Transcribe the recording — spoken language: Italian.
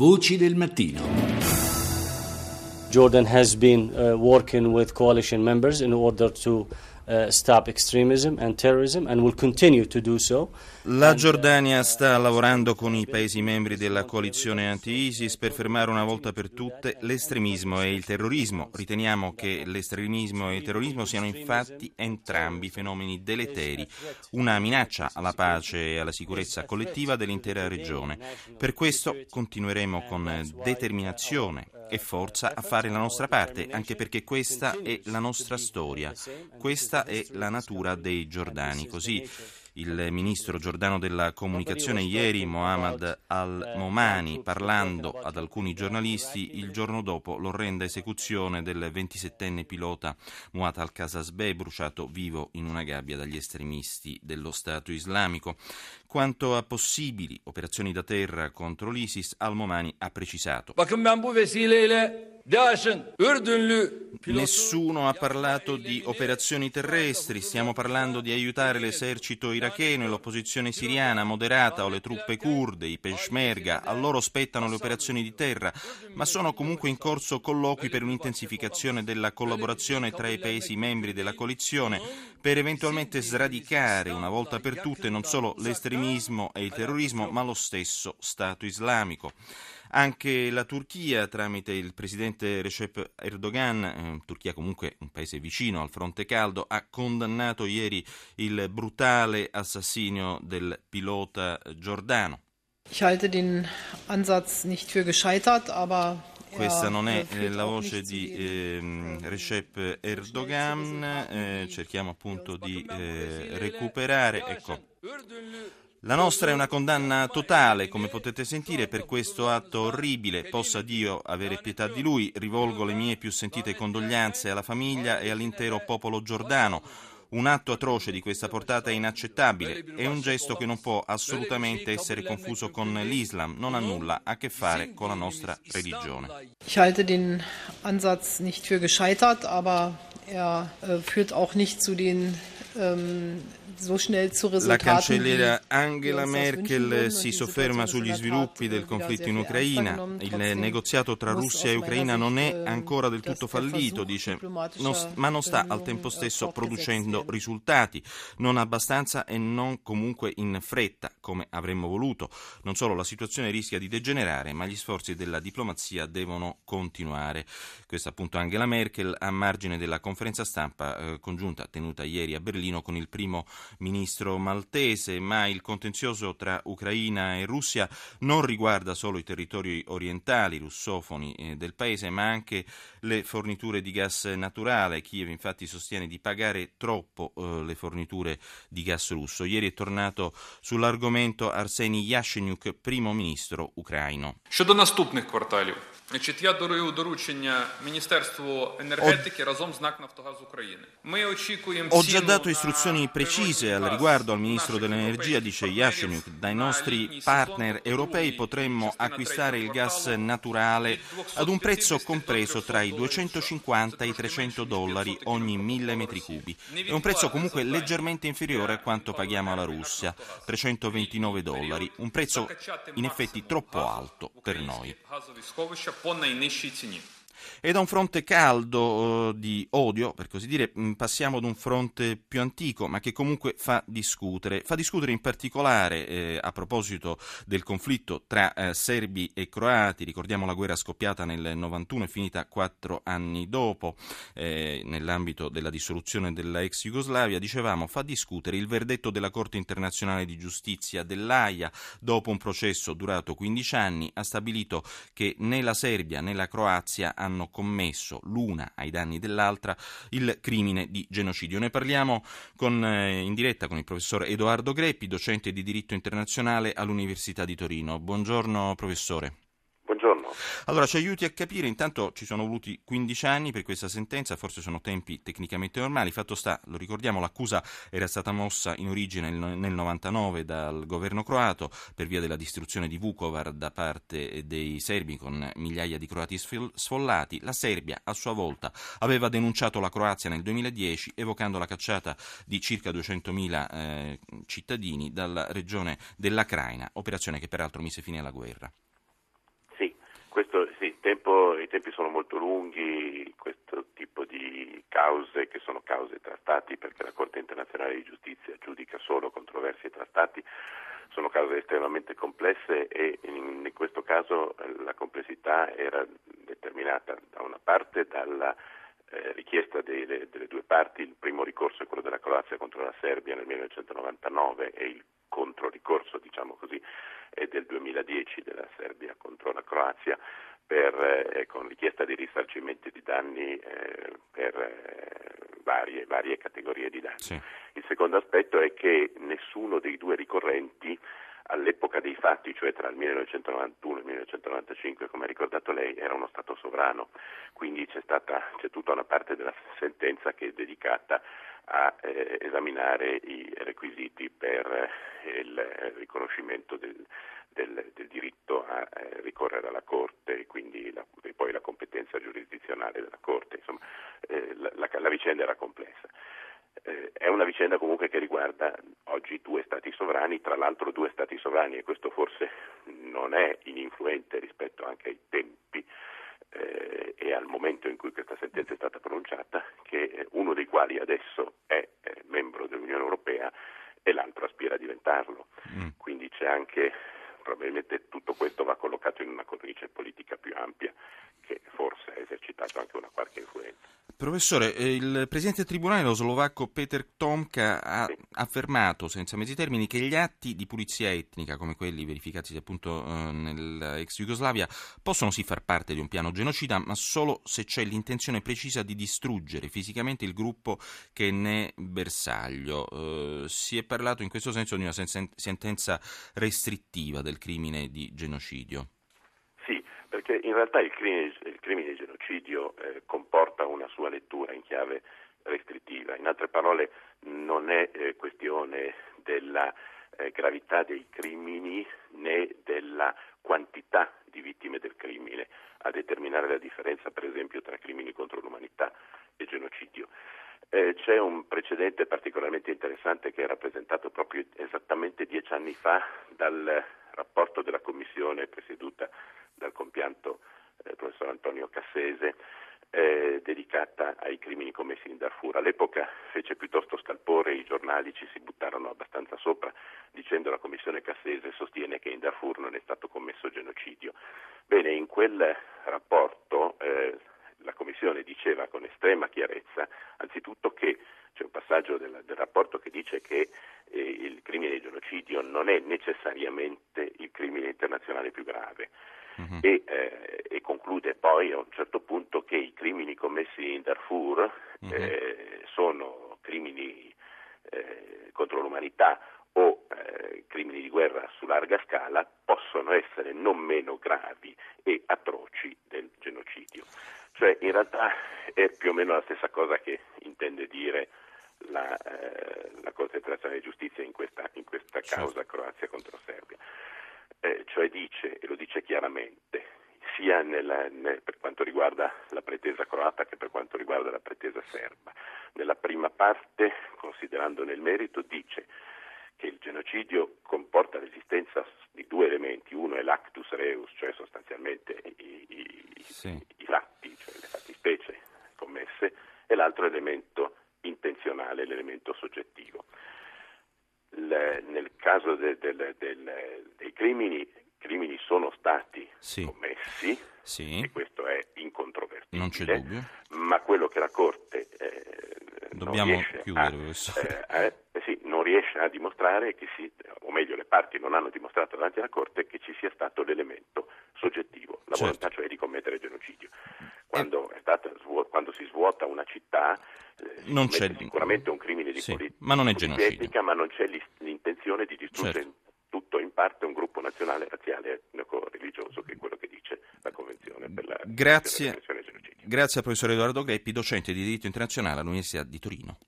Voci del mattino. Jordan has been working with coalition members in order to stop extremism and terrorism and will continue to do so. La Giordania sta lavorando con i Paesi membri della coalizione anti-ISIS per fermare una volta per tutte l'estremismo e il terrorismo. Riteniamo che l'estremismo e il terrorismo siano infatti entrambi fenomeni deleteri, una minaccia alla pace e alla sicurezza collettiva dell'intera regione. Per questo continueremo con determinazione e forza a fare la nostra parte, anche perché questa è la nostra storia, questa è la natura dei giordani. Così il ministro giordano della comunicazione ieri, Mohammad al-Momani, parlando ad alcuni giornalisti il giorno dopo l'orrenda esecuzione del 27enne pilota Muat al-Qasasbeh, bruciato vivo in una gabbia dagli estremisti dello Stato islamico. Quanto a possibili operazioni da terra contro l'ISIS, al-Momani ha precisato: nessuno ha parlato di operazioni terrestri, stiamo parlando di aiutare l'esercito iracheno e l'opposizione siriana moderata o le truppe kurde, i Peshmerga. A loro spettano le operazioni di terra, ma sono comunque in corso colloqui per un'intensificazione della collaborazione tra i Paesi membri della coalizione per eventualmente sradicare una volta per tutte non solo l'estremismo e il terrorismo, ma lo stesso Stato islamico. Anche la Turchia, tramite il presidente Recep Erdogan, Turchia comunque un paese vicino al fronte caldo, ha condannato ieri il brutale assassinio del pilota giordano. Ich halte den Ansatz nicht für gescheitert, aber questa non è la voce di Recep Erdogan, cerchiamo appunto di recuperare, ecco. La nostra è una condanna totale, come potete sentire, per questo atto orribile. Possa Dio avere pietà di lui. Rivolgo le mie più sentite condoglianze alla famiglia e all'intero popolo giordano. Un atto atroce di questa portata è inaccettabile. È un gesto che non può assolutamente essere confuso con l'Islam. Non ha nulla a che fare con la nostra religione. Ich halte den Ansatz nicht für gescheitert, aber führt auch nicht zu den La cancelliera Angela Merkel si sofferma sugli sviluppi del conflitto in Ucraina. Il negoziato tra Russia e Ucraina non è ancora del tutto fallito, dice, ma non sta al tempo stesso producendo risultati, non abbastanza e non comunque in fretta, come avremmo voluto. Non solo la situazione rischia di degenerare, ma gli sforzi della diplomazia devono continuare. Questa appunto Angela Merkel a margine della conferenza stampa congiunta tenuta ieri a Berlino con il primo ministro maltese, ma il contenzioso tra Ucraina e Russia non riguarda solo i territori orientali russofoni del paese, ma anche le forniture di gas naturale. Kiev infatti sostiene di pagare troppo le forniture di gas russo. Ieri è tornato sull'argomento Arseniy Yatsenyuk, primo ministro ucraino. Щодо наступних кварталів. Я доручу доручення Міністерству енергетики разом з НАК «Нафтогаз України». Ми очікуємо Ho già dato istruzioni precise al riguardo al Ministro dell'Energia, dice Yatsenyuk. Dai nostri partner europei potremmo acquistare il gas naturale ad un prezzo compreso tra i $250 e i $300 ogni 1000 metri cubi. È un prezzo comunque leggermente inferiore a quanto paghiamo alla Russia, $329, un prezzo in effetti troppo alto per noi. по найнижчій ціні. E da un fronte caldo di odio, per così dire, passiamo ad un fronte più antico, ma che comunque fa discutere. Fa discutere in particolare a proposito del conflitto tra serbi e croati. Ricordiamo la guerra scoppiata nel 91 e finita 4 anni dopo, nell'ambito della dissoluzione della ex Jugoslavia. Dicevamo, fa discutere il verdetto della Corte internazionale di giustizia dell'Aia. Dopo un processo durato 15 anni, ha stabilito che né la Serbia né la Croazia hanno commesso, l'una ai danni dell'altra, il crimine di genocidio. Ne parliamo in diretta con il professor Edoardo Greppi, docente di diritto internazionale all'Università di Torino. Buongiorno professore. Buongiorno. Allora, ci aiuti a capire, intanto ci sono voluti 15 anni per questa sentenza, forse sono tempi tecnicamente normali, fatto sta, lo ricordiamo, l'accusa era stata mossa in origine nel 99 dal governo croato per via della distruzione di Vukovar da parte dei serbi con migliaia di croati sfollati. La Serbia a sua volta aveva denunciato la Croazia nel 2010 evocando la cacciata di circa 200.000 cittadini dalla regione della Craina, operazione che peraltro mise fine alla guerra. Sì, Questo sì, i tempi sono molto lunghi, questo tipo di cause, che sono cause tra stati, perché la Corte internazionale di giustizia giudica solo controversie tra stati, sono cause estremamente complesse e in questo caso la complessità era determinata da una parte dalla richiesta delle due parti. Il primo ricorso è quello della Croazia contro la Serbia nel 1999 e il controricorso, diciamo così, è del 2010 della Serbia contro la Croazia con richiesta di risarcimenti di danni per varie categorie di danni. Sì. Il secondo aspetto è che nessuno dei due ricorrenti all'epoca dei fatti, cioè tra il 1991 e il 1995, come ha ricordato lei, era uno Stato sovrano, quindi c'è tutta una parte della sentenza che è dedicata a esaminare i requisiti per il riconoscimento del diritto a ricorrere alla Corte e quindi poi la competenza giurisdizionale della Corte. Insomma, la vicenda era complessa. È una vicenda comunque che riguarda oggi due stati sovrani, tra l'altro due stati sovrani, e questo forse non è ininfluente rispetto anche ai tempi e al momento in cui questa sentenza è stata pronunciata, che uno dei quali adesso è membro dell'Unione Europea e l'altro aspira a diventarlo. Quindi c'è anche, probabilmente tutto questo va collocato in una cornice politica più ampia che forse ha esercitato anche una qualche influenza. Professore, il presidente del tribunale, lo slovacco Peter Tomka, ha affermato senza mezzi termini che gli atti di pulizia etnica, come quelli verificati appunto nell'ex Jugoslavia, possono sì far parte di un piano genocida, ma solo se c'è l'intenzione precisa di distruggere fisicamente il gruppo che ne è bersaglio. Si è parlato in questo senso di una sentenza restrittiva del crimine di genocidio. Sì, perché in realtà il crimine di genocidio comporta una sua lettura in chiave restrittiva. In altre parole, non è questione della gravità dei crimini né della quantità di vittime del crimine a determinare la differenza, per esempio, tra crimini contro l'umanità e genocidio. C'è un precedente particolarmente interessante che è rappresentato proprio esattamente 10 anni fa dal rapporto della commissione presieduta dal compianto professor Antonio Cassese, dedicata ai crimini commessi in Darfur. All'epoca fece piuttosto scalpore, i giornali ci si buttarono abbastanza sopra, dicendo la commissione Cassese sostiene che in Darfur non è stato commesso genocidio. Bene, in quel rapporto la commissione diceva con estrema chiarezza, anzitutto che c'è un passaggio del rapporto che dice che il crimine di genocidio non è necessariamente il crimine internazionale più grave. E conclude poi a un certo punto che i crimini commessi in Darfur sono crimini contro l'umanità o crimini di guerra su larga scala, possono essere non meno gravi e atroci del genocidio. Cioè in realtà è più o meno la stessa cosa che intende dire la Corte internazionale di giustizia in questa causa Croazia contro Serbia. Cioè dice, e lo dice chiaramente, sia per quanto riguarda la pretesa croata che per quanto riguarda la pretesa serba. Nella prima parte, considerando nel merito, dice che il genocidio comporta l'esistenza di due elementi. Uno è l'actus reus, cioè sostanzialmente i fatti, cioè le fattispecie commesse, e l'altro elemento intenzionale, l'elemento soggettivo. Nel caso dei crimini sono stati commessi, e questo è incontrovertibile, non c'è dubbio. Ma quello che la Corte non riesce a dimostrare o meglio le parti non hanno dimostrato davanti alla Corte che ci sia stato l'elemento soggettivo, la volontà cioè di commettere genocidio. Quando si svuota una città non c'è sicuramente un crimine di ma non è genocidio, etnica, ma non c'è l'intenzione di distruggere tutto in parte un gruppo nazionale, razziale, etnico-religioso, che è quello che dice la Convenzione per la prevenzione del genocidio. Grazie al professor Edoardo Greppi, docente di diritto internazionale all'Università di Torino.